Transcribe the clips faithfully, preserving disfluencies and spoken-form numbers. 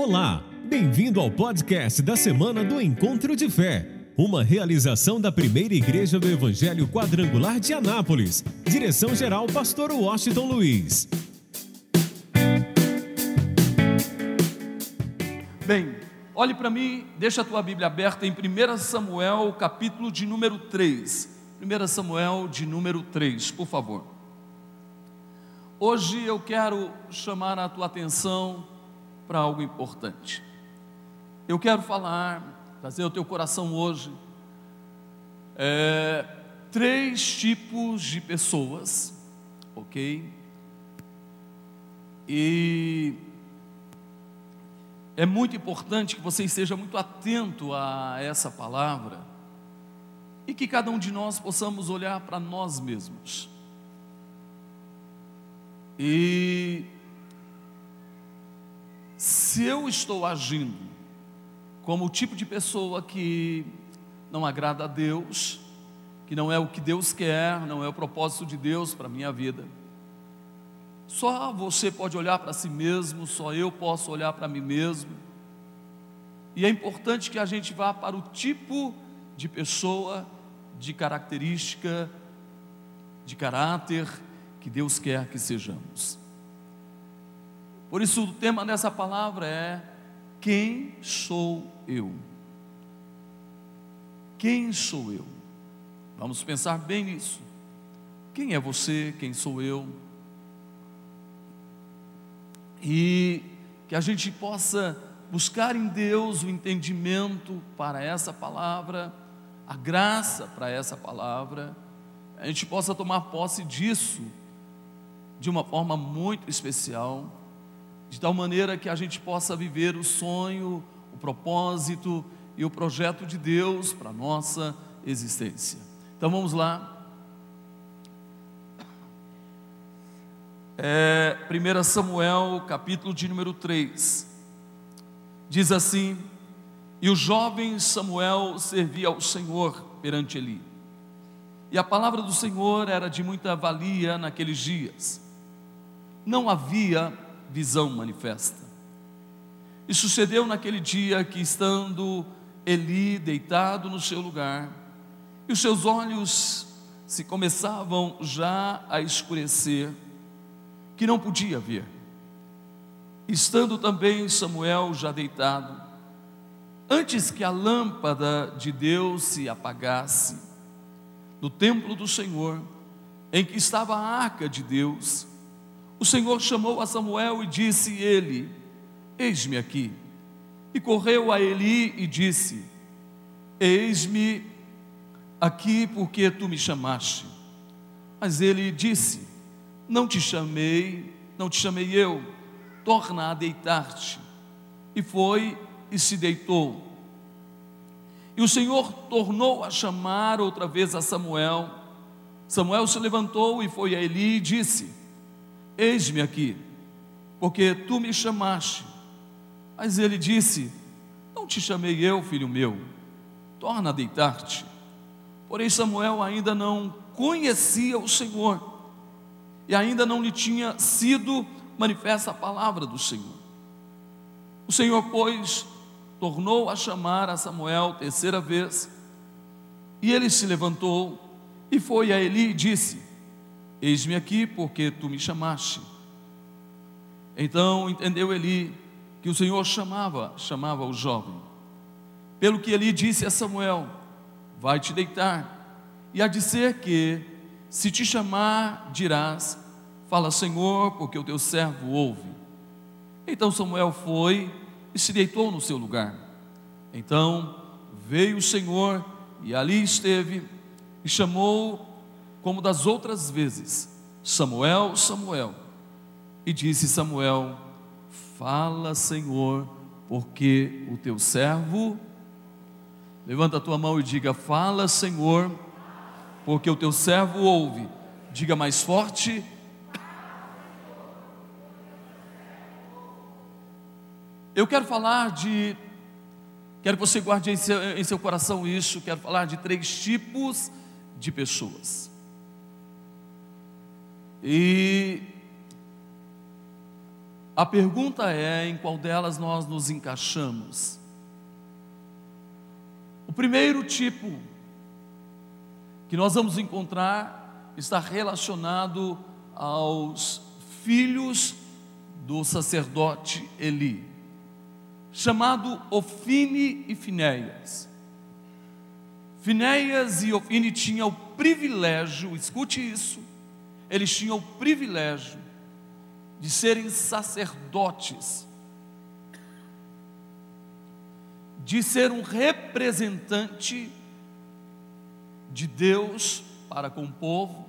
Olá, bem-vindo ao podcast da Semana do Encontro de Fé, uma realização da Primeira Igreja do Evangelho Quadrangular de Anápolis. Direção-geral, Pastor Washington Luiz. Bem, olhe para mim, deixa a tua Bíblia aberta em primeiro Samuel, capítulo de número três. primeiro Samuel de número três, por favor. Hoje eu quero chamar a tua atenção para algo importante. Eu quero falar, trazer ao teu coração hoje, é, três tipos de pessoas, ok? E é muito importante que você esteja muito atento a essa palavra e que cada um de nós possamos olhar para nós mesmos. E se eu estou agindo como o tipo de pessoa que não agrada a Deus, que não é o que Deus quer, não é o propósito de Deus para a minha vida, só você pode olhar para si mesmo, só eu posso olhar para mim mesmo. E é importante que a gente vá para o tipo de pessoa, de característica, de caráter que Deus quer que sejamos. Por isso o tema dessa palavra é: quem sou eu? Quem sou eu? Vamos pensar bem nisso. Quem é você? Quem sou eu? E que a gente possa buscar em Deus o entendimento para essa palavra, a graça para essa palavra, a gente possa tomar posse disso de uma forma muito especial, de tal maneira que a gente possa viver o sonho, o propósito e o projeto de Deus para a nossa existência. Então vamos lá. É, primeiro Samuel, capítulo de número três, diz assim: e o jovem Samuel servia ao Senhor perante Eli, e a palavra do Senhor era de muita valia naqueles dias, não havia visão manifesta. E sucedeu naquele dia que, estando Eli deitado no seu lugar, e os seus olhos se começavam já a escurecer, que não podia ver. Estando também Samuel já deitado, antes que a lâmpada de Deus se apagasse, no templo do Senhor, em que estava a arca de Deus, o Senhor chamou a Samuel e disse ele: eis-me aqui. E correu a Eli e disse: eis-me aqui, porque tu me chamaste. Mas ele disse: não te chamei, não te chamei eu, torna a deitar-te. E foi e se deitou. E o Senhor tornou a chamar outra vez a Samuel. Samuel se levantou e foi a Eli e disse: eis-me aqui, porque tu me chamaste. Mas ele disse: não te chamei eu, filho meu, torna a deitar-te. Porém Samuel ainda não conhecia o Senhor, e ainda não lhe tinha sido manifesta a palavra do Senhor. O Senhor, pois, tornou a chamar a Samuel terceira vez, e ele se levantou e foi a Eli e disse: eis-me aqui, porque tu me chamaste. Então entendeu Eli que o Senhor chamava, chamava o jovem. Pelo que Eli disse a Samuel: vai te deitar, e há de ser que, se te chamar, dirás: fala, Senhor, porque o teu servo ouve. Então Samuel foi e se deitou no seu lugar. Então veio o Senhor e ali esteve, e chamou como das outras vezes: Samuel, Samuel. E disse Samuel: fala, Senhor, porque o teu servo... Levanta a tua mão e diga: fala, Senhor, porque o teu servo ouve. Diga mais forte: eu quero falar de... Quero que você guarde em seu, em seu coração isso. Quero falar de três tipos de pessoas. E A pergunta é: em qual delas nós nos encaixamos? O primeiro tipo que nós vamos encontrar está relacionado aos filhos do sacerdote Eli, chamado Ofni e Finéias. Finéias e Ofni tinham o privilégio, escute isso, eles tinham o privilégio de serem sacerdotes, de ser um representante de Deus para com o povo.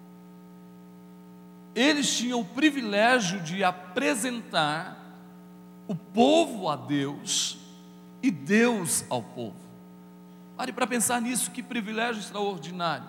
Eles tinham o privilégio de apresentar o povo a Deus e Deus ao povo. Pare para pensar nisso, que privilégio extraordinário.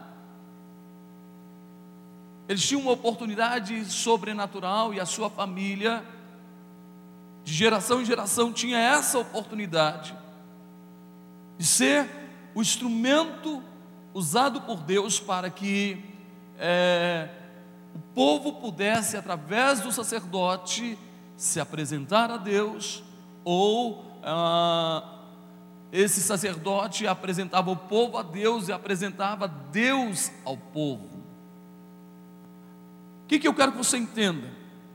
Eles tinham uma oportunidade sobrenatural e a sua família, de geração em geração, tinha essa oportunidade de ser o instrumento usado por Deus para que é, o povo pudesse, através do sacerdote, se apresentar a Deus, ou ah, esse sacerdote apresentava o povo a Deus e apresentava Deus ao povo. O que, que eu quero que você entenda?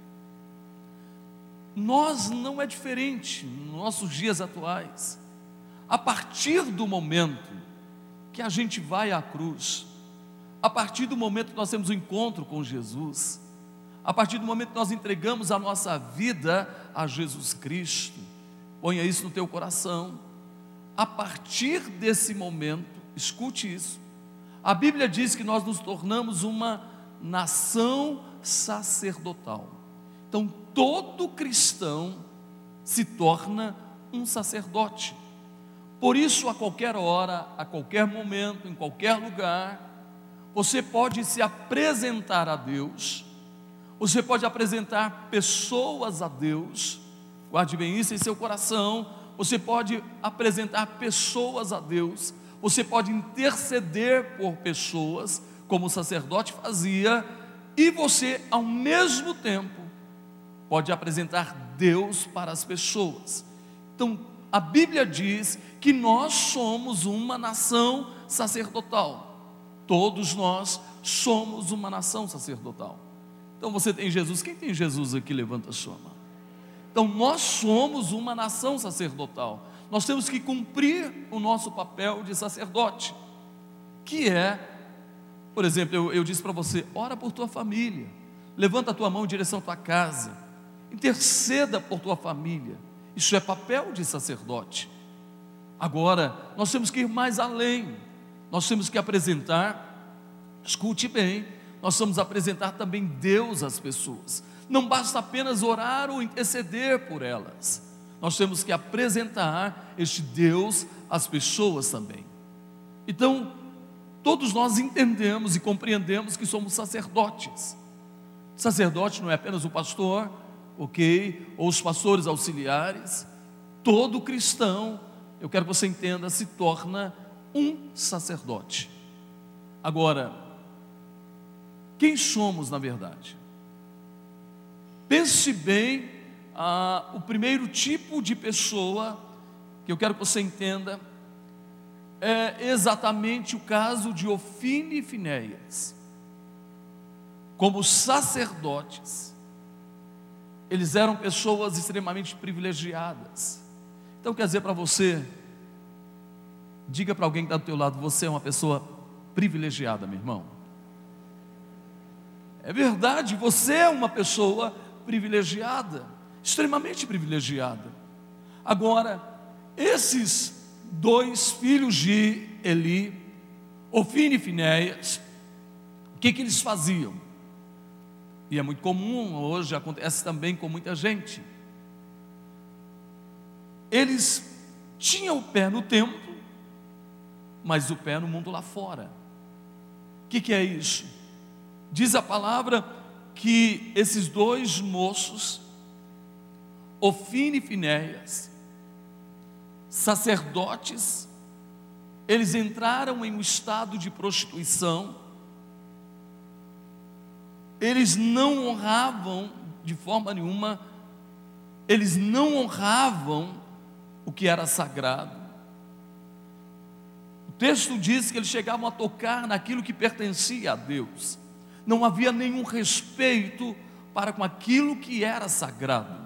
Nós não é diferente nos nossos dias atuais. A partir do momento que a gente vai à cruz, a partir do momento que nós temos um encontro com Jesus, a partir do momento que nós entregamos a nossa vida a Jesus Cristo, ponha isso no teu coração. A partir desse momento, escute isso, a Bíblia diz que nós nos tornamos uma nação sacerdotal. Então todo cristão se torna um sacerdote. Por isso, a qualquer hora, a qualquer momento, em qualquer lugar, você pode se apresentar a Deus, você pode apresentar pessoas a Deus. Guarde bem isso em seu coração. Você pode apresentar pessoas a Deus, você pode interceder por pessoas, como o sacerdote fazia, e você, ao mesmo tempo, pode apresentar Deus para as pessoas. Então, a Bíblia diz que nós somos uma nação sacerdotal. Todos nós somos uma nação sacerdotal. Então você tem Jesus. Quem tem Jesus aqui, levanta a sua mão. Então nós somos uma nação sacerdotal. Nós temos que cumprir o nosso papel de sacerdote, que é, por exemplo, eu, eu disse para você: ora por tua família, levanta a tua mão em direção à tua casa, interceda por tua família. Isso é papel de sacerdote. Agora, nós temos que ir mais além. Nós temos que apresentar, escute bem, nós vamos apresentar também Deus às pessoas. Não basta apenas orar ou interceder por elas. Nós temos que apresentar este Deus às pessoas também. Então, todos nós entendemos e compreendemos que somos sacerdotes. Sacerdote não é apenas o pastor, ok? Ou os pastores auxiliares. Todo cristão, eu quero que você entenda, se torna um sacerdote. Agora, quem somos na verdade? Pense bem, ah, o primeiro tipo de pessoa que eu quero que você entenda é exatamente o caso de Ofni e Finéias. Como sacerdotes, eles eram pessoas extremamente privilegiadas. Então quer dizer para você, diga para alguém que está do teu lado: você é uma pessoa privilegiada, meu irmão. É verdade, você é uma pessoa privilegiada, extremamente privilegiada. Agora, esses dois filhos de Eli, Ofni e Finéias, o que, que eles faziam? E é muito comum, hoje acontece também com muita gente. Eles tinham o pé no templo, mas o pé no mundo lá fora. O que, que é isso? Diz a palavra que esses dois moços, Ofni e Finéias, sacerdotes, eles entraram em um estado de prostituição. Eles não honravam de forma nenhuma eles não honravam o que era sagrado. O texto diz que eles chegavam a tocar naquilo que pertencia a Deus. Não havia nenhum respeito para com aquilo que era sagrado.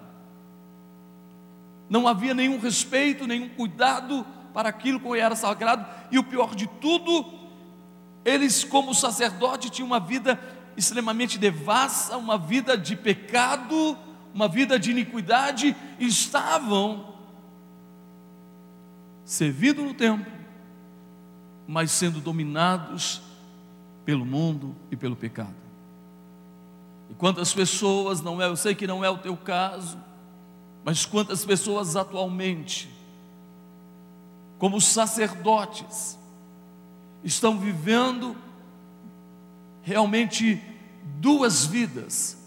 Não havia nenhum respeito, nenhum cuidado para aquilo que era sagrado. E o pior de tudo, eles, como sacerdote, tinham uma vida extremamente devassa, uma vida de pecado, uma vida de iniquidade, e estavam servindo no templo, mas sendo dominados pelo mundo e pelo pecado. E quantas pessoas, não é, eu sei que não é o teu caso, mas quantas pessoas atualmente, como sacerdotes, estão vivendo realmente duas vidas.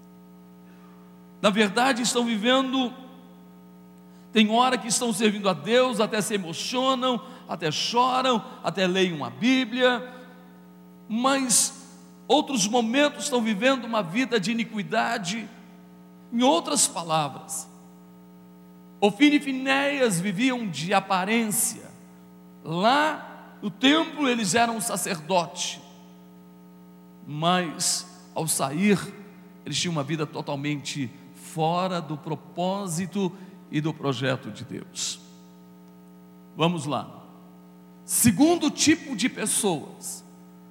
Na verdade, estão vivendo, tem hora que estão servindo a Deus, até se emocionam, até choram, até leem a Bíblia, mas outros momentos estão vivendo uma vida de iniquidade. Em outras palavras, Ofni e Finéias viviam de aparência. Lá no templo eles eram sacerdote, mas ao sair eles tinham uma vida totalmente fora do propósito e do projeto de Deus. Vamos lá. Segundo tipo de pessoas.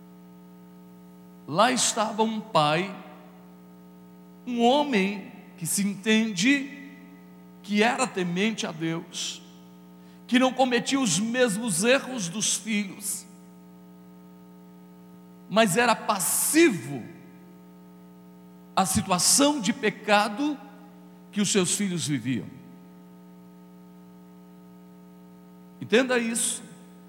Lá estava um pai, um homem que se entende que era temente a Deus, que não cometia os mesmos erros dos filhos, mas era passivo à situação de pecado que os seus filhos viviam. Entenda isso.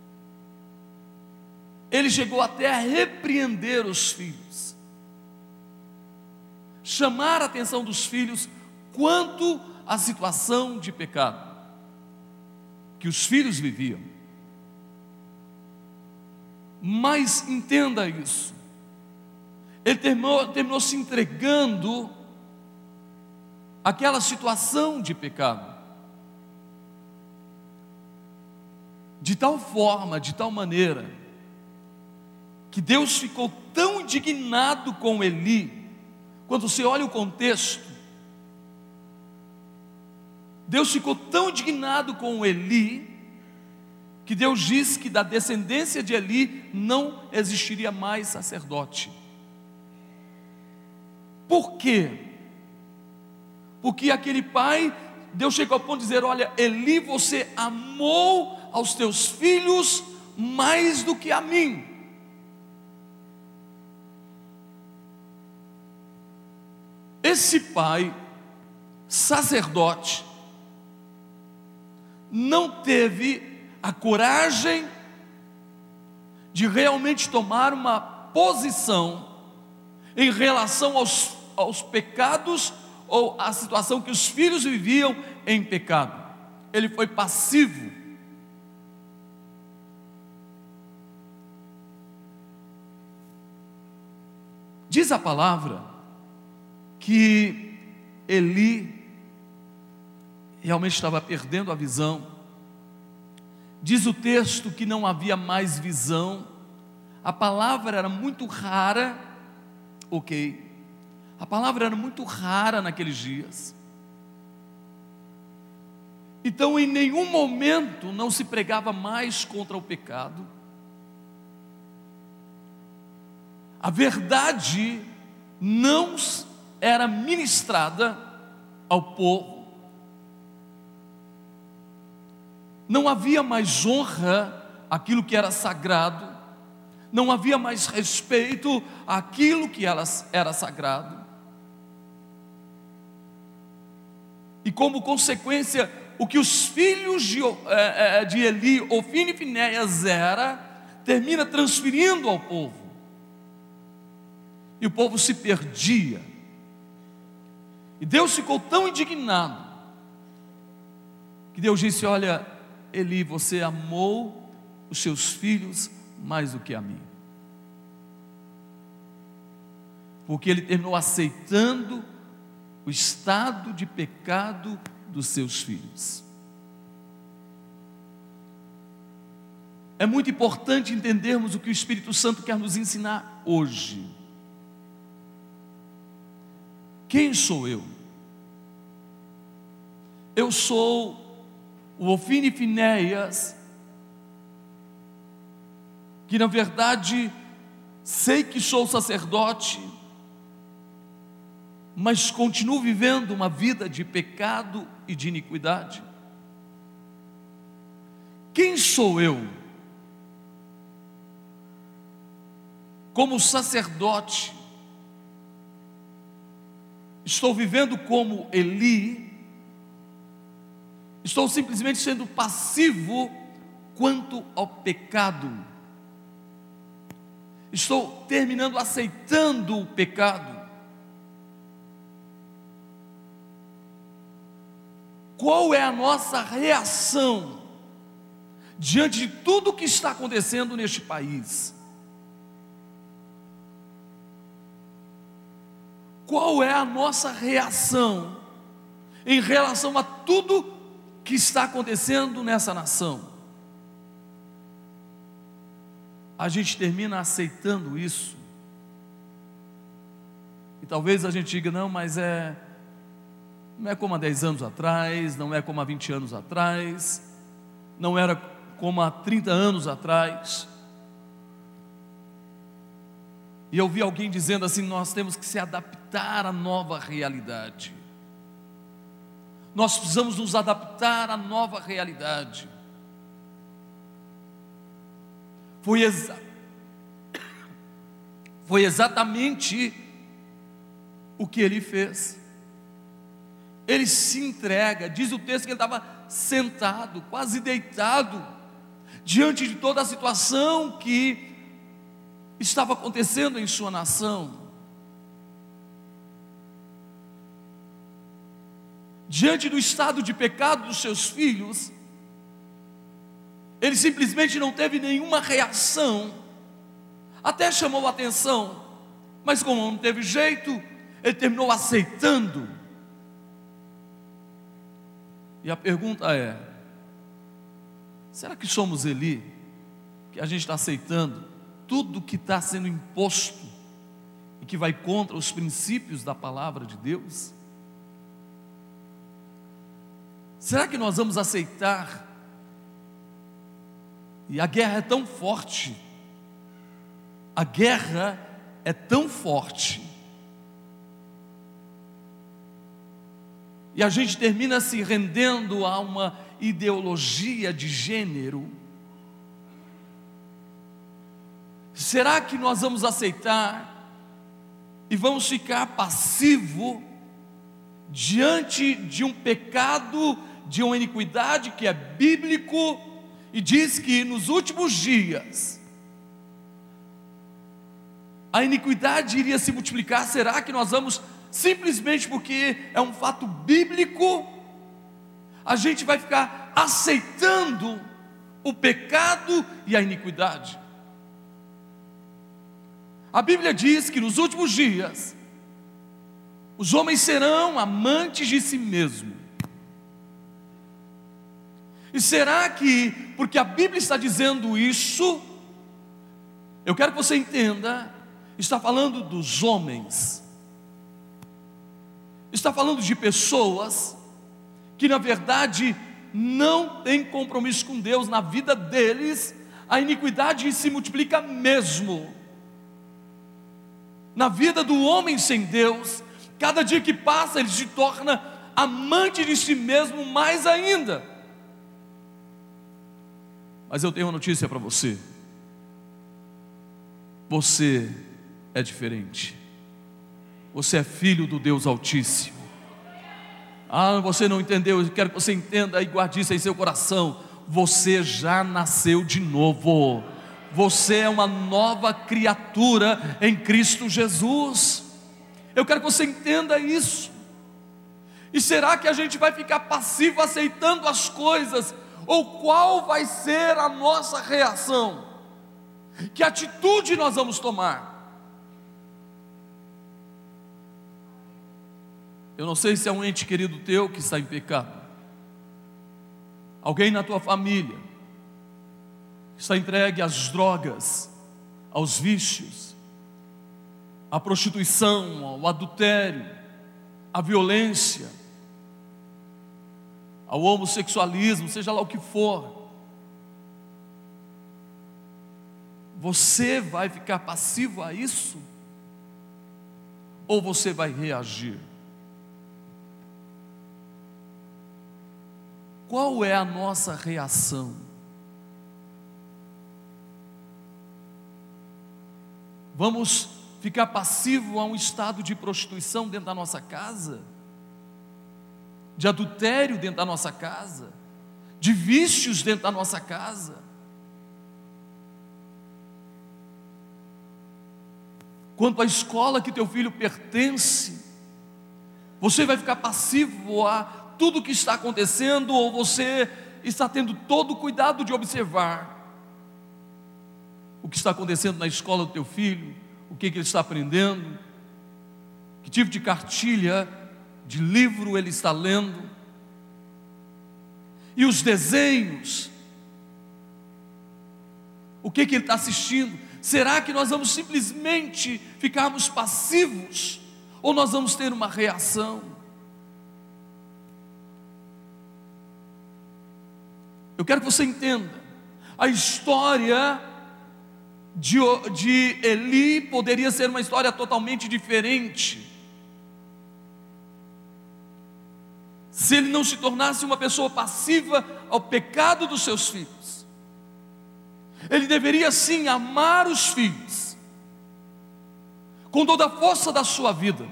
Ele chegou até a repreender os filhos, chamar a atenção dos filhos quanto à situação de pecado que os filhos viviam. Mas entenda isso, ele terminou, terminou se entregando àquela situação de pecado, de tal forma, de tal maneira, que Deus ficou tão indignado com Eli. Quando você olha o contexto, Deus ficou tão indignado com Eli, que Deus diz que da descendência de Eli não existiria mais sacerdote. Por quê? Porque aquele pai, Deus chegou ao ponto de dizer: olha, Eli, você amou aos teus filhos mais do que a mim. Esse pai, sacerdote, não teve a coragem de realmente tomar uma posição em relação aos, aos pecados ou à situação que os filhos viviam em pecado. Ele foi passivo. Diz a palavra que Eli realmente estava perdendo a visão. Diz o texto que não havia mais visão. A palavra era muito rara, ok? A palavra era muito rara naqueles dias. Então, em nenhum momento não se pregava mais contra o pecado. A verdade não era ministrada ao povo. Não havia mais honra àquilo que era sagrado, não havia mais respeito àquilo que era, era sagrado. E como consequência, o que os filhos de, de Eli, Ofni e Finéias era, termina transferindo ao povo. E o povo se perdia. E Deus ficou tão indignado, que Deus disse: olha, Eli, você amou os seus filhos mais do que a mim. Porque ele terminou aceitando o o estado de pecado dos seus filhos. É muito importante entendermos o que o Espírito Santo quer nos ensinar hoje. Quem sou eu? Eu sou o Ofni e Finéias, que na verdade sei que sou sacerdote, mas continuo vivendo uma vida de pecado e de iniquidade. Quem sou eu? Como sacerdote, estou vivendo como Eli? Estou simplesmente sendo passivo quanto ao pecado? Estou terminando aceitando o pecado? Qual é a nossa reação diante de tudo o que está acontecendo neste país? Qual é a nossa reação em relação a tudo que está acontecendo nessa nação? A gente termina aceitando isso, e talvez a gente diga, não, mas é, não é como há dez anos atrás, não é como há vinte anos atrás, não era como há trinta anos atrás. E eu vi alguém dizendo assim, nós temos que se adaptar à nova realidade. Nós precisamos nos adaptar à nova realidade. Foi, exa... Foi exatamente o que ele fez. Ele se entrega, diz o texto que ele estava sentado, quase deitado, diante de toda a situação que estava acontecendo em sua nação. Diante do estado de pecado dos seus filhos, ele simplesmente não teve nenhuma reação, até chamou a atenção, mas como não teve jeito, ele terminou aceitando. E a pergunta é, será que somos Eli, que a gente está aceitando tudo que está sendo imposto e que vai contra os princípios da palavra de Deus? Será que nós vamos aceitar? E a guerra é tão forte, a guerra é tão forte, e a gente termina se rendendo a uma ideologia de gênero. Será que nós vamos aceitar e vamos ficar passivo diante de um pecado, de uma iniquidade que é bíblico e diz que nos últimos dias a iniquidade iria se multiplicar? Será que nós vamos, simplesmente porque é um fato bíblico, a gente vai ficar aceitando o pecado e a iniquidade? A Bíblia diz que nos últimos dias os homens serão amantes de si mesmos. E será que, porque a Bíblia está dizendo isso, eu quero que você entenda, está falando dos homens, está falando de pessoas que na verdade não têm compromisso com Deus. Na vida deles a iniquidade se multiplica mesmo. Na vida do homem sem Deus, cada dia que passa ele se torna amante de si mesmo mais ainda. Mas eu tenho uma notícia para você: você é diferente. Você é filho do Deus Altíssimo. Ah, você não entendeu? Eu quero que você entenda e guarde isso em seu coração. Você já nasceu de novo. Você é uma nova criatura em Cristo Jesus. Eu quero que você entenda isso. E será que a gente vai ficar passivo aceitando as coisas? Ou qual vai ser a nossa reação? Que atitude nós vamos tomar? Eu não sei se é um ente querido teu que está em pecado, alguém na tua família que está entregue às drogas, aos vícios, à prostituição, ao adultério, à violência, ao homossexualismo, seja lá o que for. Você vai ficar passivo a isso? Ou você vai reagir? Qual é a nossa reação? Vamos ficar passivo a um estado de prostituição dentro da nossa casa? De adultério dentro da nossa casa? De vícios dentro da nossa casa? Quanto à escola que teu filho pertence, você vai ficar passivo a tudo que está acontecendo, ou você está tendo todo o cuidado de observar o que está acontecendo na escola do teu filho, o que, que ele está aprendendo, que tipo de cartilha, de livro ele está lendo, e os desenhos, o que, que ele está assistindo? Será que nós vamos simplesmente ficarmos passivos, ou nós vamos ter uma reação? Eu quero que você entenda, a história de, de Eli poderia ser uma história totalmente diferente, se ele não se tornasse uma pessoa passiva ao pecado dos seus filhos. Ele deveria sim amar os filhos, com toda a força da sua vida.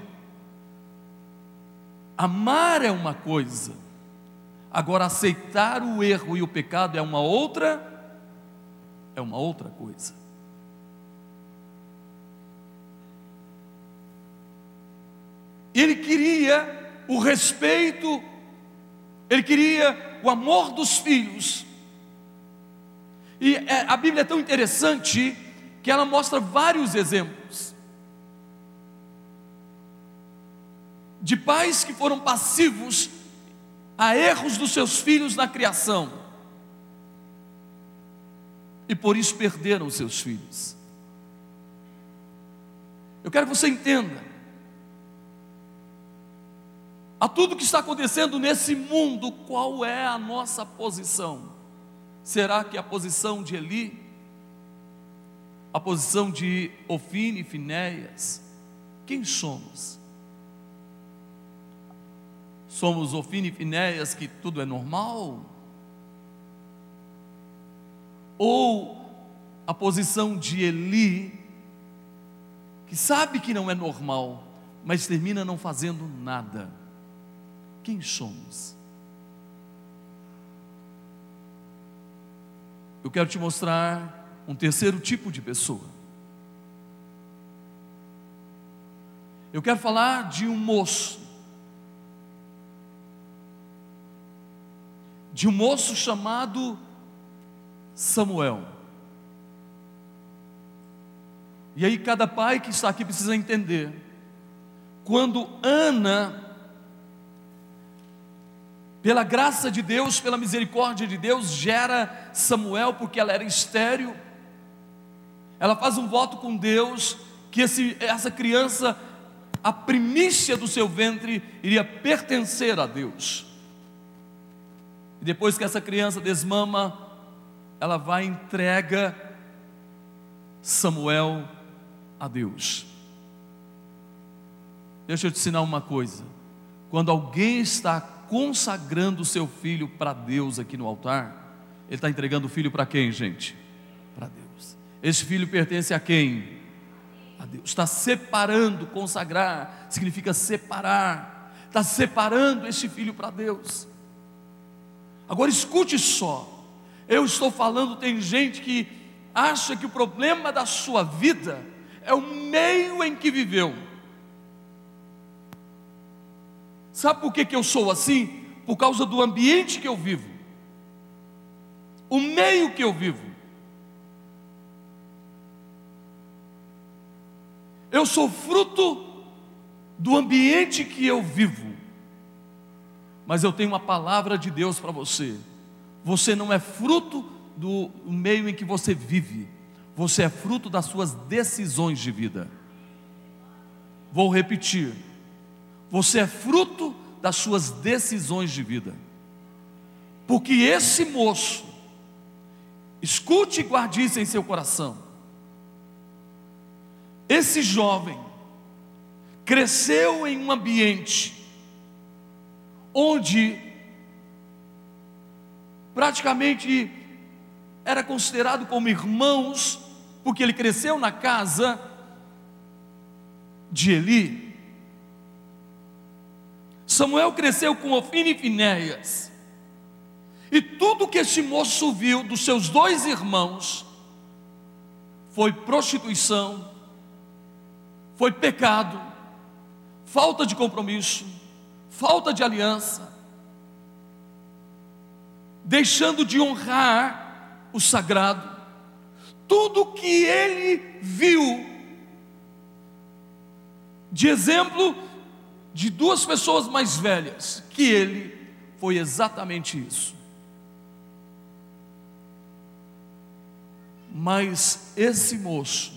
Amar é uma coisa, agora aceitar o erro e o pecado é uma outra, é uma outra coisa. Ele queria o respeito, ele queria o amor dos filhos. E a Bíblia é tão interessante que ela mostra vários exemplos de pais que foram passivos a erros dos seus filhos na criação, e por isso perderam seus filhos. Eu quero que você entenda, a tudo que está acontecendo nesse mundo, qual é a nossa posição? Será que a posição de Eli, a posição de Ofni e Finéias, quem somos? Somos Ofni e Finéias que tudo é normal? Ou a posição de Eli, que sabe que não é normal, mas termina não fazendo nada? Quem somos? Eu quero te mostrar um terceiro tipo de pessoa. Eu quero falar de um moço, de um moço chamado Samuel. E aí cada pai que está aqui precisa entender, quando Ana, pela graça de Deus, pela misericórdia de Deus, gera Samuel, porque ela era estéril, ela faz um voto com Deus, que esse, essa criança, a primícia do seu ventre, iria pertencer a Deus. E depois que essa criança desmama, ela vai e entrega Samuel a Deus. Deixa eu te ensinar uma coisa, quando alguém está consagrando o seu filho para Deus aqui no altar, ele está entregando o filho para quem, gente? Para Deus. Esse filho pertence a quem? A Deus. Está separando, consagrar significa separar, está separando esse filho para Deus. Agora escute só, eu estou falando, tem gente que acha que o problema da sua vida é o meio em que viveu. Sabe por que, que eu sou assim? Por causa do ambiente que eu vivo, o meio que eu vivo. Eu sou fruto do ambiente que eu vivo. mas eu tenho uma palavra de Deus para você. Você não é fruto do meio em que você vive, você é fruto das suas decisões de vida. Vou repetir: você é fruto das suas decisões de vida. Porque esse moço, escute e guarde isso em seu coração, esse jovem cresceu em um ambiente onde praticamente era considerado como irmãos, porque ele cresceu na casa de Eli. Samuel cresceu com Ofni e Finéias, e tudo que este moço viu dos seus dois irmãos foi prostituição, foi pecado, falta de compromisso, falta de aliança, deixando de honrar o sagrado. Tudo que ele viu de exemplo de duas pessoas mais velhas que ele, foi exatamente isso. Mas esse moço,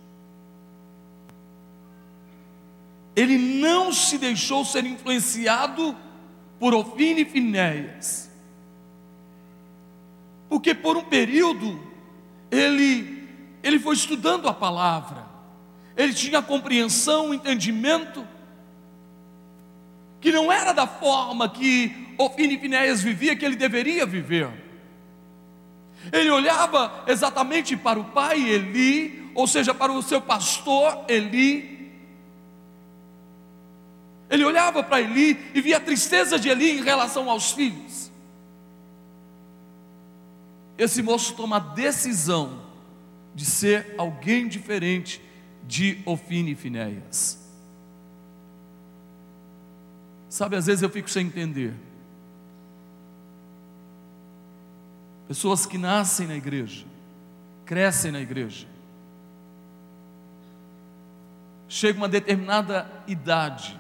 ele não se deixou ser influenciado por Ofni e Finéias, porque por um período ele, ele foi estudando a palavra, ele tinha compreensão, entendimento, que não era da forma que Ofni e Finéias vivia, que ele deveria viver. Ele olhava exatamente para o pai Eli, ou seja, para o seu pastor Eli. Ele olhava para Eli e via a tristeza de Eli em relação aos filhos. Esse moço toma a decisão de ser alguém diferente de Ofni e Finéias. Sabe, às vezes eu fico sem entender. Pessoas que nascem na igreja, crescem na igreja, chegam a uma determinada idade,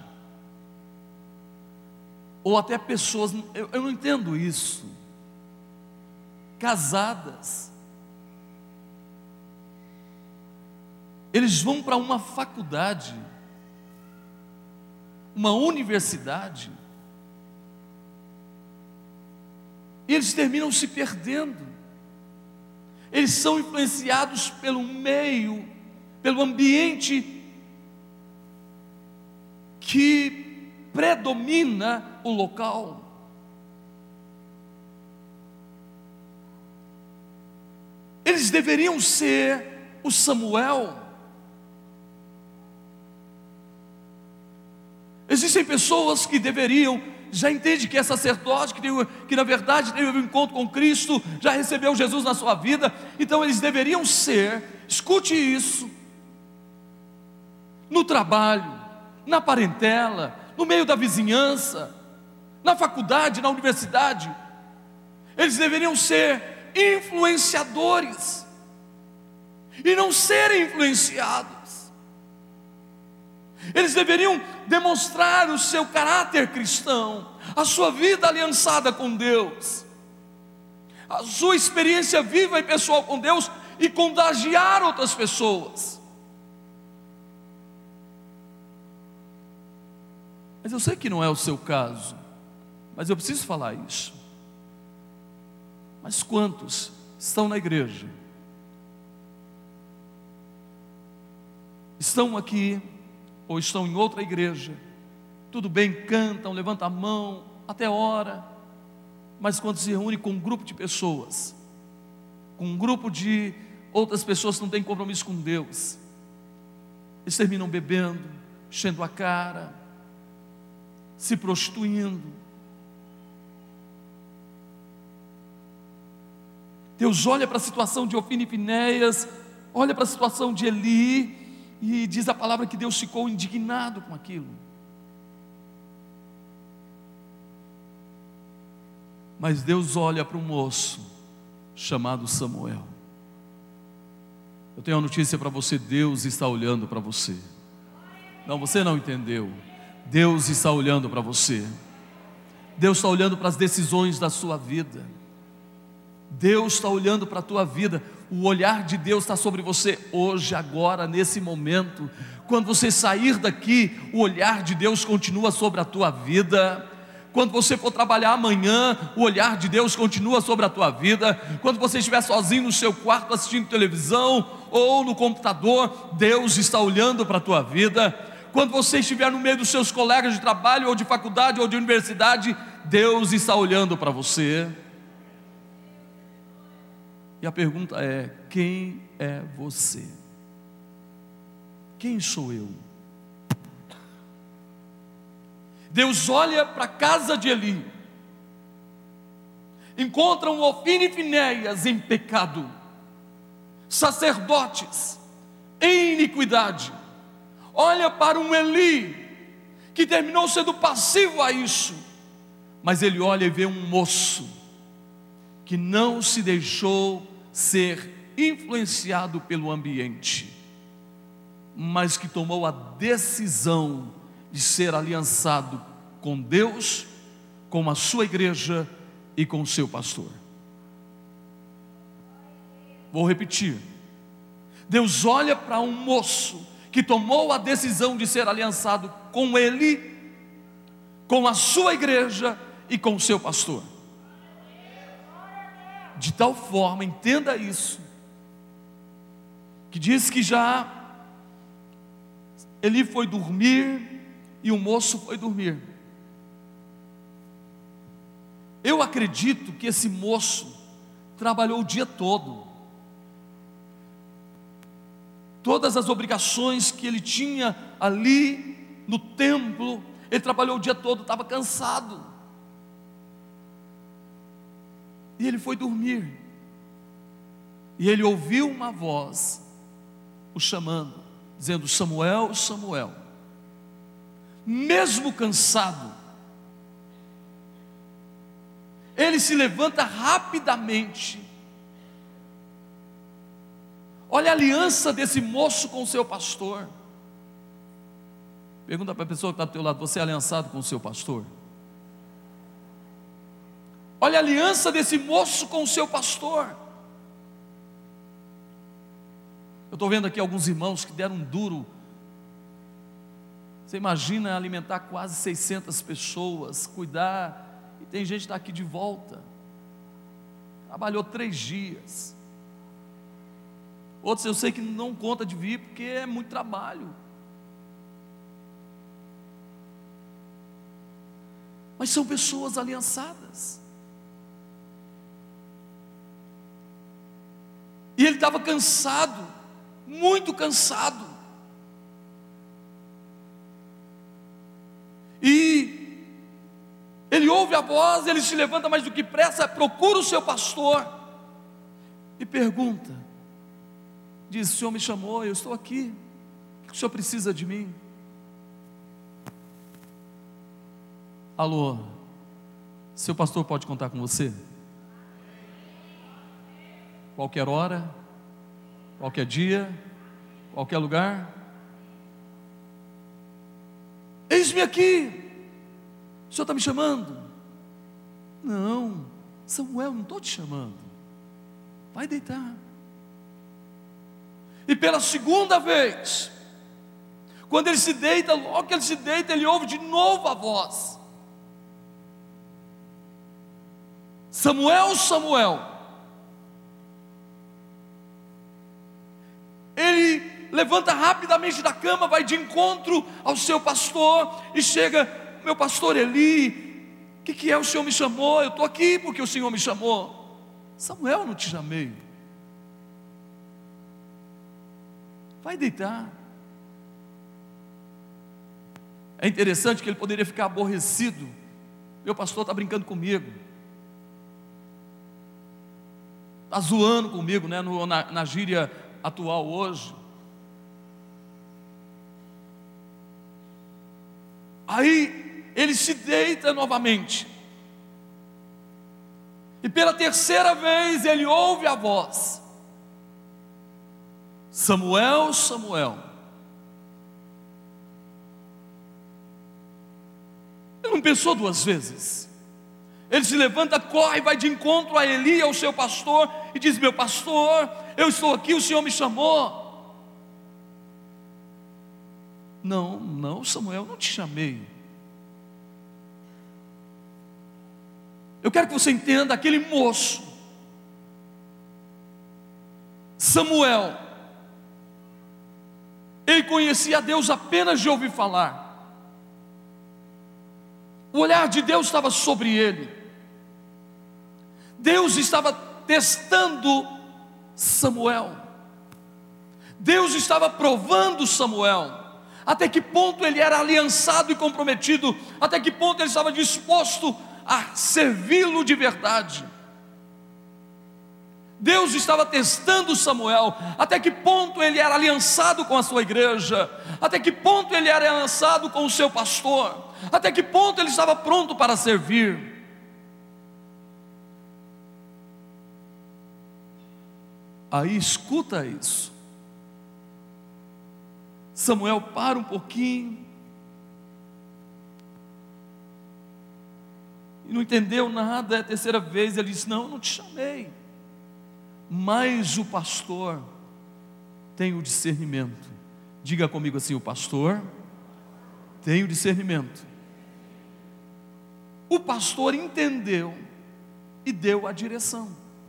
ou até pessoas, eu, eu não entendo isso, casadas, eles vão para uma faculdade, uma universidade, e eles terminam se perdendo. Eles são influenciados pelo meio, pelo ambiente que predomina o local. Eles deveriam ser o Samuel. Existem pessoas que deveriam, já entende que é sacerdote, que, tem, que na verdade teve um encontro com Cristo, já recebeu Jesus na sua vida, então eles deveriam ser, escute isso, no trabalho, na parentela, no meio da vizinhança, na faculdade, na universidade, eles deveriam ser influenciadores, e não serem influenciados. Eles deveriam demonstrar o seu caráter cristão, a sua vida aliançada com Deus, a sua experiência viva e pessoal com Deus, e contagiar outras pessoas. Mas eu sei que não é o seu caso, mas eu preciso falar isso. Mas quantos estão na igreja, estão aqui, ou estão em outra igreja, tudo bem, cantam, levantam a mão, até ora, mas quando se reúne com um grupo de pessoas, com um grupo de outras pessoas que não têm compromisso com Deus, eles terminam bebendo, enchendo a cara, se prostituindo. Deus olha para a situação de Ofni e Finéias, olha para a situação de Eli, e diz a palavra que Deus ficou indignado com aquilo. Mas Deus olha para um moço chamado Samuel. Eu tenho uma notícia para você: Deus está olhando para você. Não, você não entendeu. Deus está olhando para você. Deus está olhando para as decisões da sua vida. Deus está olhando para a tua vida. O olhar de Deus está sobre você hoje, agora, nesse momento. Quando você sair daqui, o olhar de Deus continua sobre a tua vida. Quando você for trabalhar amanhã, o olhar de Deus continua sobre a tua vida. Quando você estiver sozinho no seu quarto assistindo televisão ou no computador, Deus está olhando para a tua vida. Quando você estiver no meio dos seus colegas de trabalho ou de faculdade ou de universidade, Deus está olhando para você. E a pergunta é: quem é você? Quem sou eu? Deus olha para a casa de Eli, encontra um Ofni e Finéias em pecado, sacerdotes em iniquidade. Olha para um Eli que terminou sendo passivo a isso, mas ele olha e vê um moço que não se deixou ser influenciado pelo ambiente, mas que tomou a decisão de ser aliançado com Deus, com a sua igreja e com o seu pastor. Vou repetir. Deus olha para um moço que tomou a decisão de ser aliançado com ele, com a sua igreja e com o seu pastor. De tal forma, entenda isso, que diz que já Eli foi dormir e o moço foi dormir. Eu acredito que esse moço trabalhou o dia todo. Todas as obrigações que ele tinha ali no templo, ele trabalhou o dia todo, estava cansado. E ele foi dormir. E ele ouviu uma voz o chamando, dizendo: Samuel, Samuel. Mesmo cansado, ele se levanta rapidamente. Olha a aliança desse moço com o seu pastor. Pergunta para a pessoa que está do teu lado: você é aliançado com o seu pastor? Olha a aliança desse moço com o seu pastor. Eu estou vendo aqui alguns irmãos que deram um duro. Você imagina alimentar quase seiscentas pessoas, cuidar, e tem gente que está aqui de volta. Trabalhou três dias. Outros eu sei que não conta de vir porque é muito trabalho. Mas são pessoas aliançadas. E ele estava cansado, muito cansado. E ele ouve a voz, ele se levanta mais do que pressa, procura o seu pastor e pergunta, diz: o Senhor me chamou, eu estou aqui, o que o Senhor precisa de mim? Alô, seu pastor pode contar com você? Qualquer hora, qualquer dia, qualquer lugar. Eis-me aqui, o Senhor está me chamando? Não, Samuel, não estou te chamando, vai deitar. E pela segunda vez, quando ele se deita, logo que ele se deita, ele ouve de novo a voz: Samuel, Samuel. Ele levanta rapidamente da cama, vai de encontro ao seu pastor e chega: meu pastor Eli, o que, que é? O Senhor me chamou, eu estou aqui porque o Senhor me chamou. Samuel, eu não te chamei, vai deitar. É interessante que ele poderia ficar aborrecido: meu pastor está brincando comigo, está zoando comigo, né? no, na, na gíria atual hoje. Aí ele se deita novamente, e pela terceira vez ele ouve a voz: Samuel, Samuel. Ele não pensou duas vezes, Ele se levanta, corre, vai de encontro a Eli, ao seu pastor, e diz: meu pastor, eu estou aqui, o Senhor me chamou. Não, não, Samuel, não te chamei. Eu quero que você entenda, aquele moço, Samuel, ele conhecia a Deus apenas de ouvir falar. O olhar de Deus estava sobre ele. Deus estava testando Samuel. Deus estava provando Samuel. Até que ponto ele era aliançado e comprometido. Até que ponto ele estava disposto a servi-lo de verdade. Deus estava testando Samuel. Até que ponto ele era aliançado com a sua igreja. Até que ponto ele era aliançado com o seu pastor. Até que ponto ele estava pronto para servir. Aí escuta isso. Samuel para um pouquinho e não entendeu nada. É a terceira vez ele disse: não, eu não te chamei, mas o pastor tem o discernimento. Diga comigo assim: o pastor tem o discernimento. O pastor entendeu e deu a direção.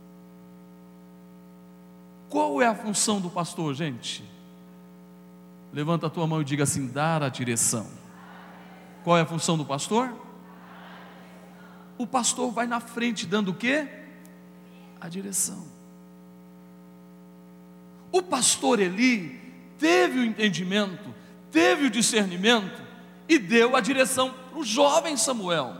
Qual é a função do pastor, gente? Levanta a tua mão e diga assim: dar a direção. Qual é a função do pastor? O pastor vai na frente dando o quê? A direção. O pastor Eli teve o entendimento, teve o discernimento e deu a direção para o jovem Samuel.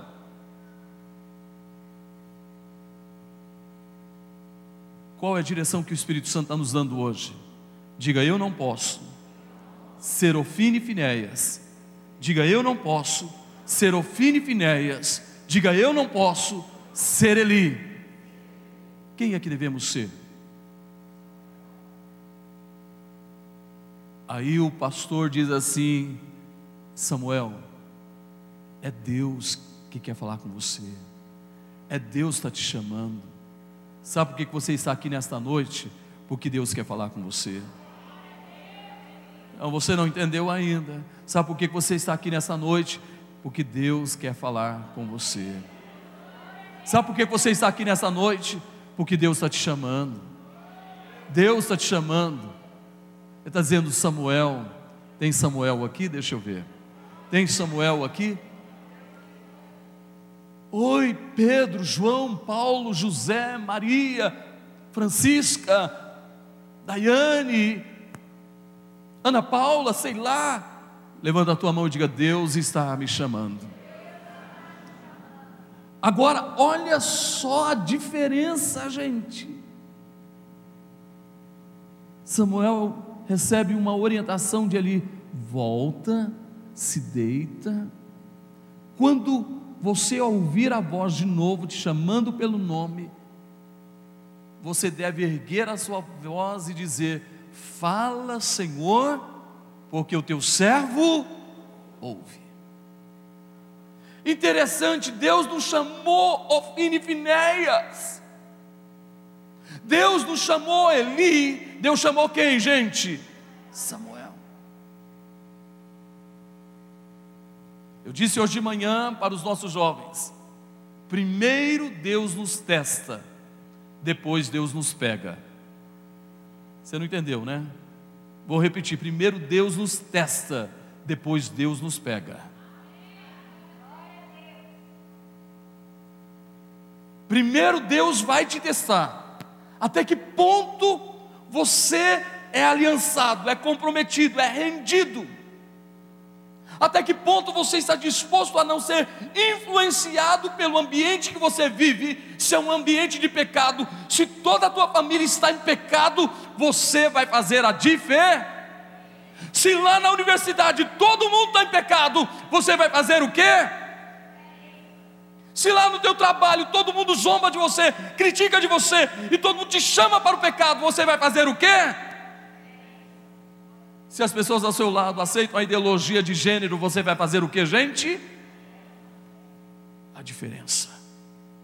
Qual é a direção que o Espírito Santo está nos dando hoje? Diga: eu não posso ser Ofni e Finéias. Diga: eu não posso ser Ofni e Finéias. Diga: eu não posso ser Eli. Quem é que devemos ser? Aí o pastor diz assim: Samuel, é Deus que quer falar com você. É Deus que está te chamando. Sabe por que você está aqui nesta noite? Porque Deus quer falar com você. Não, você não entendeu ainda. Sabe por que você está aqui nesta noite? Porque Deus quer falar com você. Sabe por que você está aqui nesta noite? Porque Deus está te chamando. Deus está te chamando. Ele está dizendo: Samuel, tem Samuel aqui? Deixa eu ver. Tem Samuel aqui? Oi, Pedro, João, Paulo, José, Maria, Francisca, Daiane, Ana Paula, sei lá. Levanta a tua mão e diga: Deus está me chamando. Agora, olha só a diferença, gente. Samuel recebe uma orientação de Eli: volta, se deita. Quando você ouvir a voz de novo te chamando pelo nome, você deve erguer a sua voz e dizer: fala, Senhor, porque o teu servo ouve. Interessante, Deus nos chamou Ofni e Finéias. Deus nos chamou Eli. Deus chamou quem, gente? Samuel. Eu disse hoje de manhã para os nossos jovens: primeiro Deus nos testa, depois Deus nos pega. Você não entendeu, né? Vou repetir: primeiro Deus nos testa, depois Deus nos pega. Primeiro Deus vai te testar. Até que ponto você é aliançado, é comprometido, é rendido. Até que ponto você está disposto a não ser influenciado pelo ambiente que você vive. Se é um ambiente de pecado, se toda a tua família está em pecado, você vai fazer a diferença. Se lá na universidade todo mundo está em pecado, você vai fazer o quê? Se lá no teu trabalho todo mundo zomba de você, critica de você, e todo mundo te chama para o pecado, você vai fazer o quê? Se as pessoas ao seu lado aceitam a ideologia de gênero, você vai fazer o que, gente? A diferença.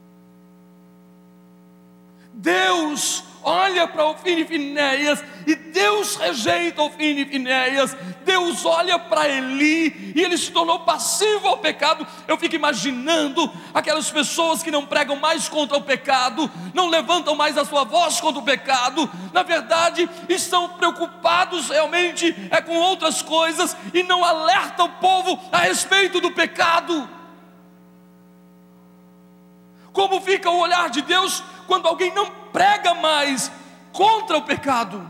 Deus olha para Ofni e Finéias e Deus rejeita Ofni e Finéias. Deus olha para Eli e ele se tornou passivo ao pecado. Eu fico imaginando aquelas pessoas que não pregam mais contra o pecado, não levantam mais a sua voz contra o pecado, na verdade estão preocupados realmente é com outras coisas e não alertam o povo a respeito do pecado. Como fica o olhar de Deus quando alguém não prega mais contra o pecado?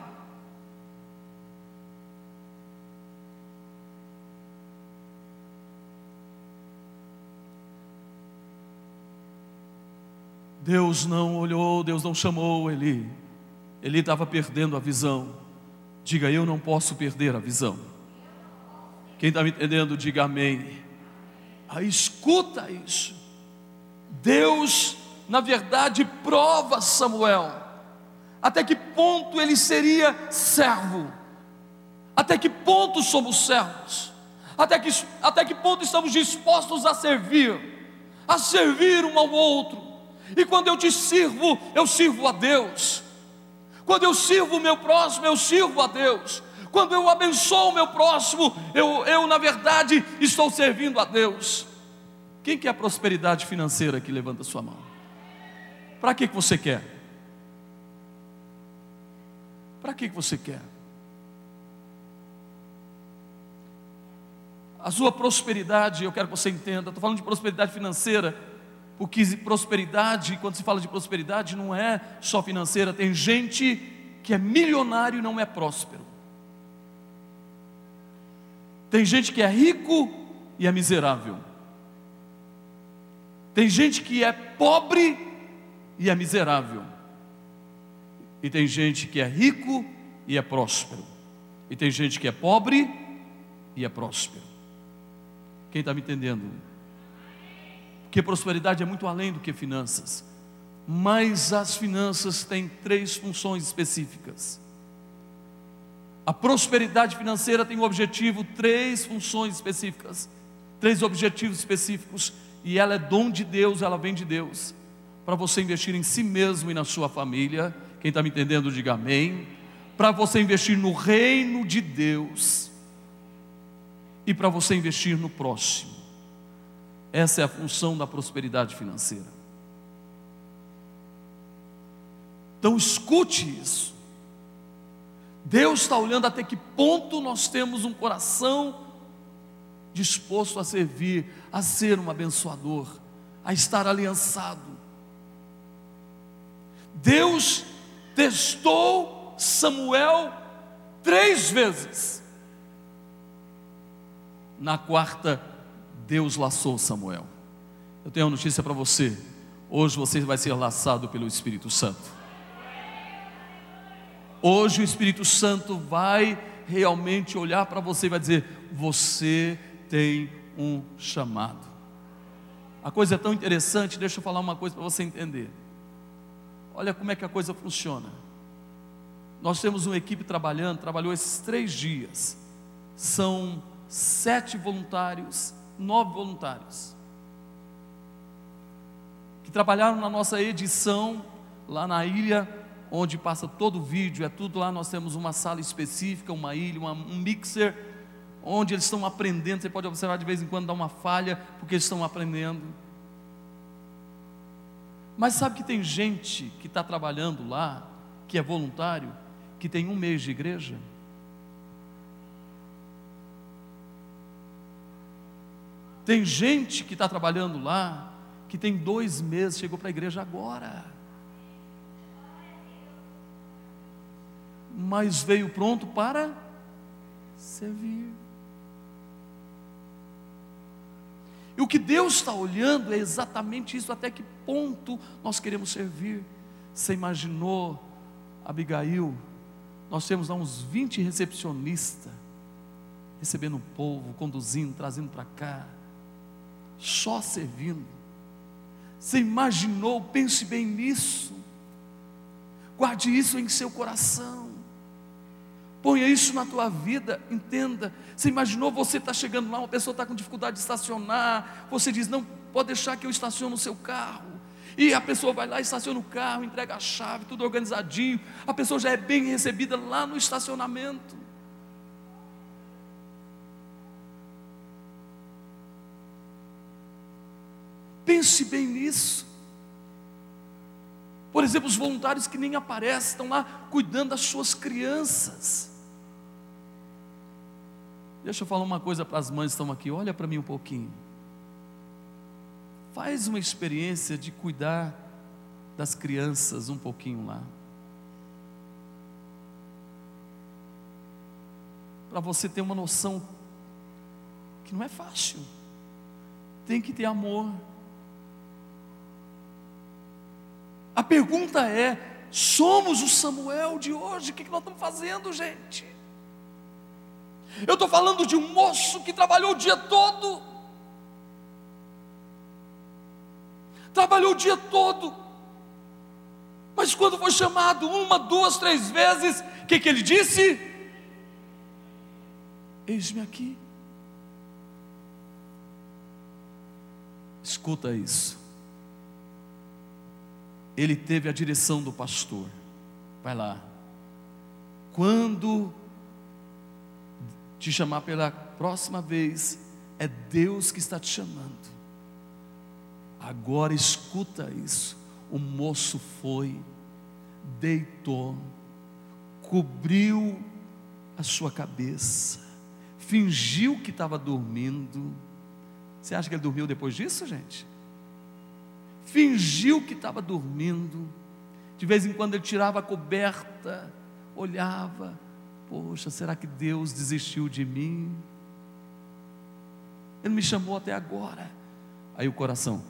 Deus não olhou, Deus não chamou Eli. Eli estava perdendo a visão. Diga, eu não posso perder a visão. Quem está me entendendo, diga amém. Aí escuta isso. Deus, na verdade, prova Samuel. Até que ponto ele seria servo? Até que ponto somos servos? Até que, até que ponto estamos dispostos a servir? A servir um ao outro. E quando eu te sirvo, eu sirvo a Deus. Quando eu sirvo o meu próximo, eu sirvo a Deus. Quando eu abençoo o meu próximo, eu, eu na verdade estou servindo a Deus. Quem quer prosperidade financeira aqui? Levanta a sua mão. Para que que você quer? Para que que você quer? A sua prosperidade, eu quero que você entenda, estou falando de prosperidade financeira, porque prosperidade, quando se fala de prosperidade, não é só financeira. Tem gente que é milionário e não é próspero. Tem gente que é rico e é miserável. Tem gente que é pobre e é miserável. E tem gente que é rico e é próspero. E tem gente que é pobre e é próspero. Quem está me entendendo? Porque prosperidade é muito além do que finanças. Mas as finanças têm três funções específicas. A prosperidade financeira tem um objetivo, três funções específicas. Três objetivos específicos. E ela é dom de Deus, ela vem de Deus, para você investir em si mesmo e na sua família. Quem está me entendendo, diga amém. Para você investir no reino de Deus e para você investir no próximo. Essa é a função da prosperidade financeira. Então escute isso. Deus está olhando até que ponto nós temos um coração disposto a servir, a ser um abençoador, a estar aliançado. Deus testou Samuel três vezes. Na quarta, Deus laçou Samuel. Eu tenho uma notícia para você. Hoje você vai ser laçado pelo Espírito Santo. Hoje o Espírito Santo vai realmente olhar para você e vai dizer: você tem um chamado. A coisa é tão interessante, deixa eu falar uma coisa para você entender. Olha como é que a coisa funciona. Nós temos uma equipe trabalhando, trabalhou esses três dias. São sete voluntários, nove voluntários, que trabalharam na nossa edição, lá na ilha, onde passa todo o vídeo, é tudo lá. Nós temos uma sala específica, uma ilha, uma, um mixer, onde eles estão aprendendo. Você pode observar de vez em quando dá uma falha, porque eles estão aprendendo. Mas sabe que tem gente que está trabalhando lá, que é voluntário, que tem um mês de igreja? Tem gente que está trabalhando lá, que tem dois meses, chegou para a igreja agora, mas veio pronto para servir. E o que Deus está olhando é exatamente isso. Até que ponto nós queremos servir? Você imaginou, Abigail? Nós temos lá uns vinte recepcionistas, recebendo o povo, conduzindo, trazendo para cá, só servindo. Você imaginou? Pense bem nisso. Guarde isso em seu coração. Ponha isso na tua vida, entenda. Você imaginou, você está chegando lá, uma pessoa está com dificuldade de estacionar, você diz: não, pode deixar que eu estaciono o seu carro. E a pessoa vai lá, estaciona o carro, entrega a chave, tudo organizadinho. A pessoa já é bem recebida lá no estacionamento. Pense bem nisso. Por exemplo, os voluntários que nem aparecem, estão lá cuidando das suas crianças. Deixa eu falar uma coisa para as mães que estão aqui, olha para mim um pouquinho. Faz uma experiência de cuidar das crianças um pouquinho lá. Para você ter uma noção que não é fácil. Tem que ter amor. A pergunta é: somos o Samuel de hoje? O que nós estamos fazendo, gente? Eu estou falando de um moço que trabalhou o dia todo. Trabalhou o dia todo. Mas quando foi chamado uma, duas, três vezes, o que, que ele disse? Eis-me aqui. Escuta isso. Ele teve a direção do pastor. Vai lá. Quando te chamar pela próxima vez, é Deus que está te chamando. Agora escuta isso. O moço foi, deitou, cobriu a sua cabeça, fingiu que estava dormindo. Você acha que ele dormiu depois disso, gente? Fingiu que estava dormindo. De vez em quando ele tirava a coberta, olhava: poxa, será que Deus desistiu de mim? Ele me chamou até agora. Aí o coração,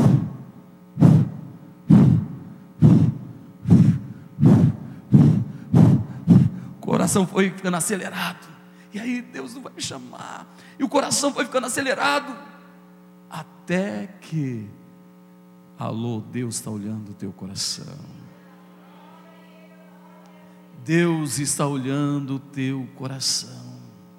o coração foi ficando acelerado. E aí, Deus não vai me chamar. E o coração foi ficando acelerado. Até que, alô, Deus está olhando o teu coração. Deus está olhando o teu coração.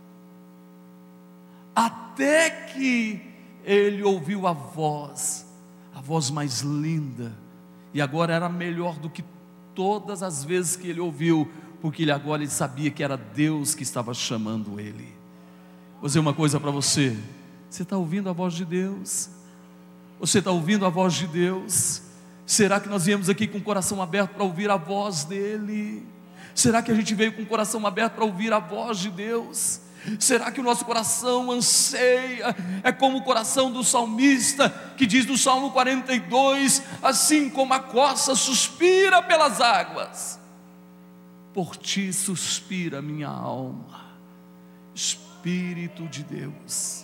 Até que ele ouviu a voz, a voz mais linda. E agora era melhor do que todas as vezes que ele ouviu, porque ele agora ele sabia que era Deus que estava chamando ele. Vou dizer uma coisa para você: você está ouvindo a voz de Deus? Você está ouvindo a voz de Deus? Será que nós viemos aqui com o coração aberto para ouvir a voz dEle? Será que a gente veio com o coração aberto para ouvir a voz de Deus? Será que o nosso coração anseia? É como o coração do salmista, que diz no Salmo quarenta e dois: assim como a coça suspira pelas águas, por ti suspira minha alma. Espírito de Deus,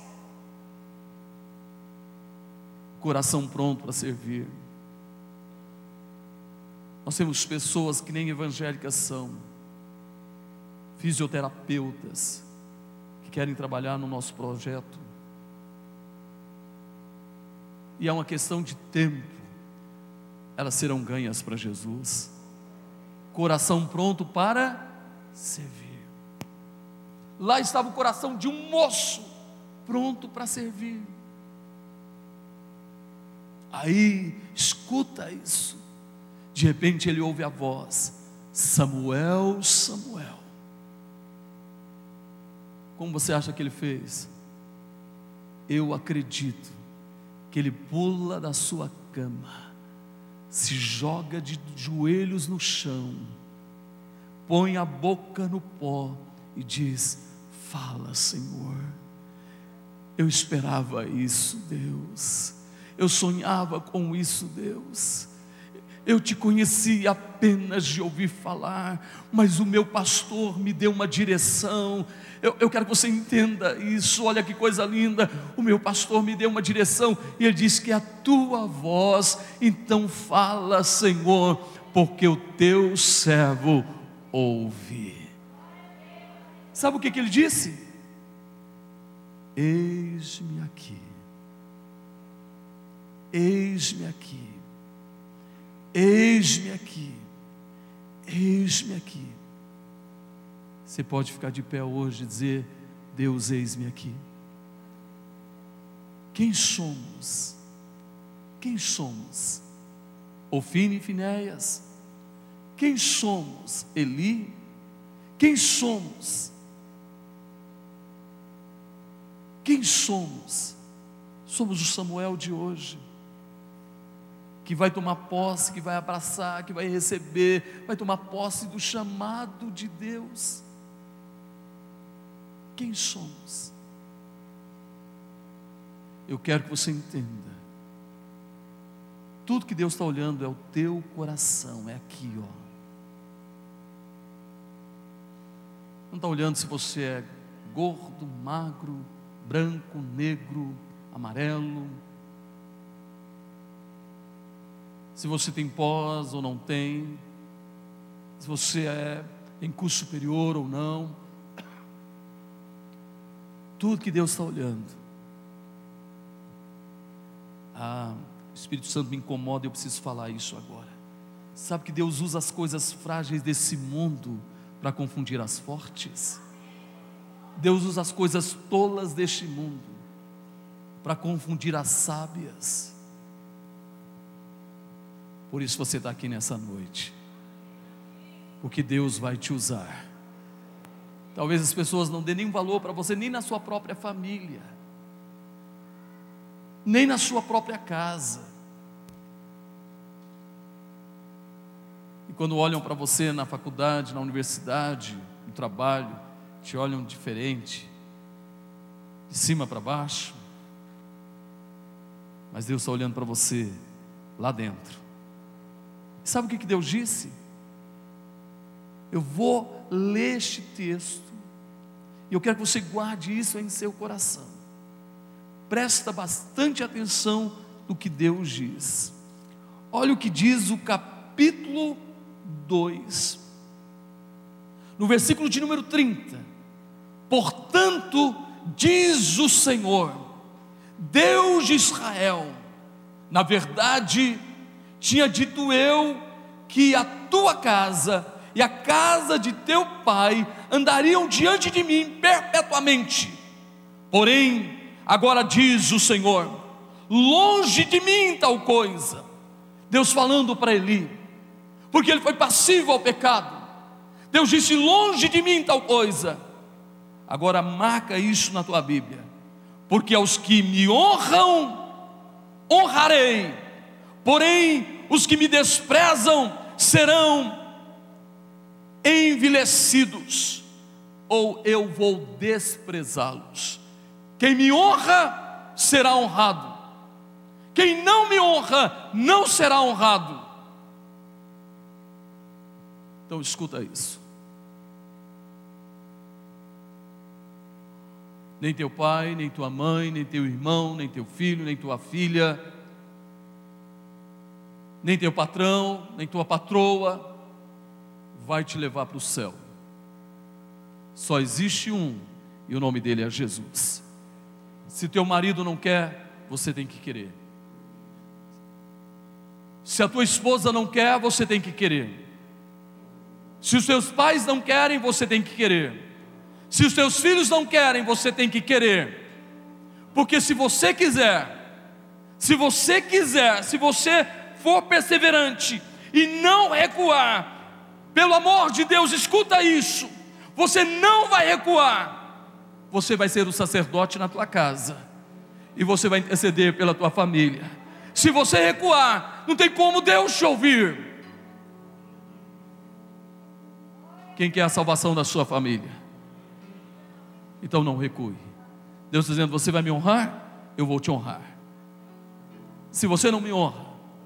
coração pronto para servir. Nós temos pessoas que nem evangélicas são, fisioterapeutas, que querem trabalhar no nosso projeto, e é uma questão de tempo, elas serão ganhas para Jesus. Coração pronto para servir. Lá estava o coração de um moço pronto para servir. Aí, escuta isso. De repente ele ouve a voz: Samuel, Samuel. Como você acha que ele fez? Eu acredito que ele pula da sua cama, se joga de joelhos no chão, põe a boca no pó e diz: fala, Senhor. Eu esperava isso, Deus. Eu sonhava com isso, Deus. Eu te conheci apenas de ouvir falar, mas o meu pastor me deu uma direção. Eu, eu quero que você entenda isso. Olha que coisa linda. O meu pastor me deu uma direção e ele disse que é a tua voz. Então fala, Senhor, porque o teu servo ouve. Sabe o que, que ele disse? Eis-me aqui. Eis-me aqui. Eis-me aqui. Eis-me aqui. Você pode ficar de pé hoje e dizer: Deus, eis-me aqui. Quem somos? Quem somos? Ofni e Finéias. Quem somos? Eli? Quem somos? Quem somos? Somos o Samuel de hoje, que vai tomar posse, que vai abraçar, que vai receber, vai tomar posse do chamado de Deus. Quem somos? Eu quero que você entenda, tudo que Deus está olhando é o teu coração, é aqui, ó. Não está olhando se você é gordo, magro, branco, negro, amarelo, se você tem pós ou não tem, se você é em curso superior ou não. Tudo que Deus está olhando. Ah, o Espírito Santo me incomoda e eu preciso falar isso agora. Sabe que Deus usa as coisas frágeis desse mundo para confundir as fortes? Deus usa as coisas tolas deste mundo para confundir as sábias. Por isso você está aqui nessa noite, porque Deus vai te usar. Talvez as pessoas não dêem nenhum valor para você, nem na sua própria família, nem na sua própria casa. E quando olham para você na faculdade, na universidade, no trabalho, te olham diferente, de cima para baixo. Mas Deus está olhando para você lá dentro. E sabe o que Deus disse? Eu vou ler este texto e eu quero que você guarde isso em seu coração. Presta bastante atenção no que Deus diz. Olha o que diz o capítulo dois, no versículo de número trinta. Portanto, diz o Senhor, Deus de Israel, na verdade, tinha dito eu que a tua casa e a casa de teu pai andariam diante de mim perpetuamente. Porém, agora diz o Senhor, longe de mim tal coisa. Deus falando para Eli, porque ele foi passivo ao pecado. Deus disse, longe de mim tal coisa. Agora marca isso na tua Bíblia, porque aos que me honram, honrarei, porém os que me desprezam serão envelhecidos, ou eu vou desprezá-los. Quem me honra será honrado, quem não me honra não será honrado. Então escuta isso. Nem teu pai, nem tua mãe, nem teu irmão, nem teu filho, nem tua filha, nem teu patrão, nem tua patroa vai te levar para o céu. Só existe um, e o nome dele é Jesus. Se teu marido não quer, você tem que querer. Se a tua esposa não quer, você tem que querer. Se os teus pais não querem, você tem que querer. Se os teus filhos não querem, você tem que querer. Porque se você quiser, se você quiser, se você for perseverante e não recuar, pelo amor de Deus, escuta isso, você não vai recuar. Você vai ser o sacerdote na tua casa e você vai interceder pela tua família. Se você recuar, não tem como Deus te ouvir. Quem quer a salvação da sua família? Então não recue. Deus está dizendo, você vai me honrar? Eu vou te honrar. Se você não me honra,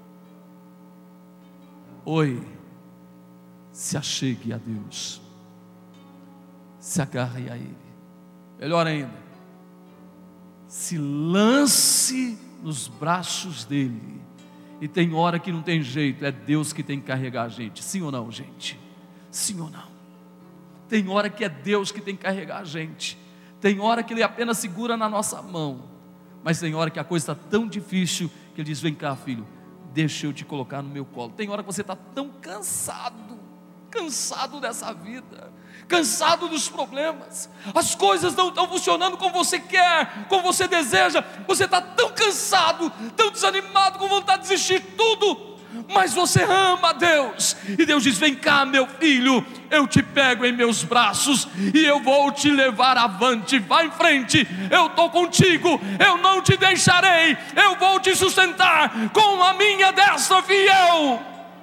oi, se achegue a Deus, se agarre a Ele. Melhor ainda, se lance nos braços dEle. E tem hora que não tem jeito, é Deus que tem que carregar a gente. Sim ou não, gente? Sim ou não? Tem hora que é Deus que tem que carregar a gente. Tem hora que Ele apenas segura na nossa mão. Mas tem hora que a coisa está tão difícil que Ele diz, vem cá filho, deixa eu te colocar no meu colo. Tem hora que você está tão cansado, cansado dessa vida, cansado dos problemas, as coisas não estão funcionando como você quer, como você deseja, você está tão cansado, tão desanimado, com vontade de desistir tudo, mas você ama a Deus. E Deus diz: vem cá, meu filho, eu te pego em meus braços e eu vou te levar avante. Vai em frente, eu estou contigo, eu não te deixarei, eu vou te sustentar com a minha destra fiel.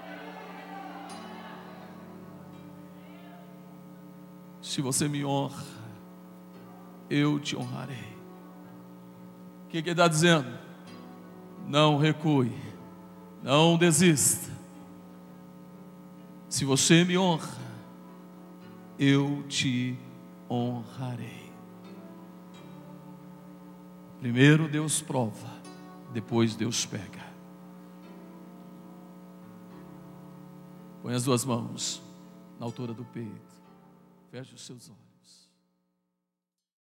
Se você me honra, eu te honrarei. O que, que ele está dizendo? Não recue, não desista. Se você me honra, eu te honrarei. Primeiro Deus prova, depois Deus pega. Põe as duas mãos na altura do peito, feche os seus olhos.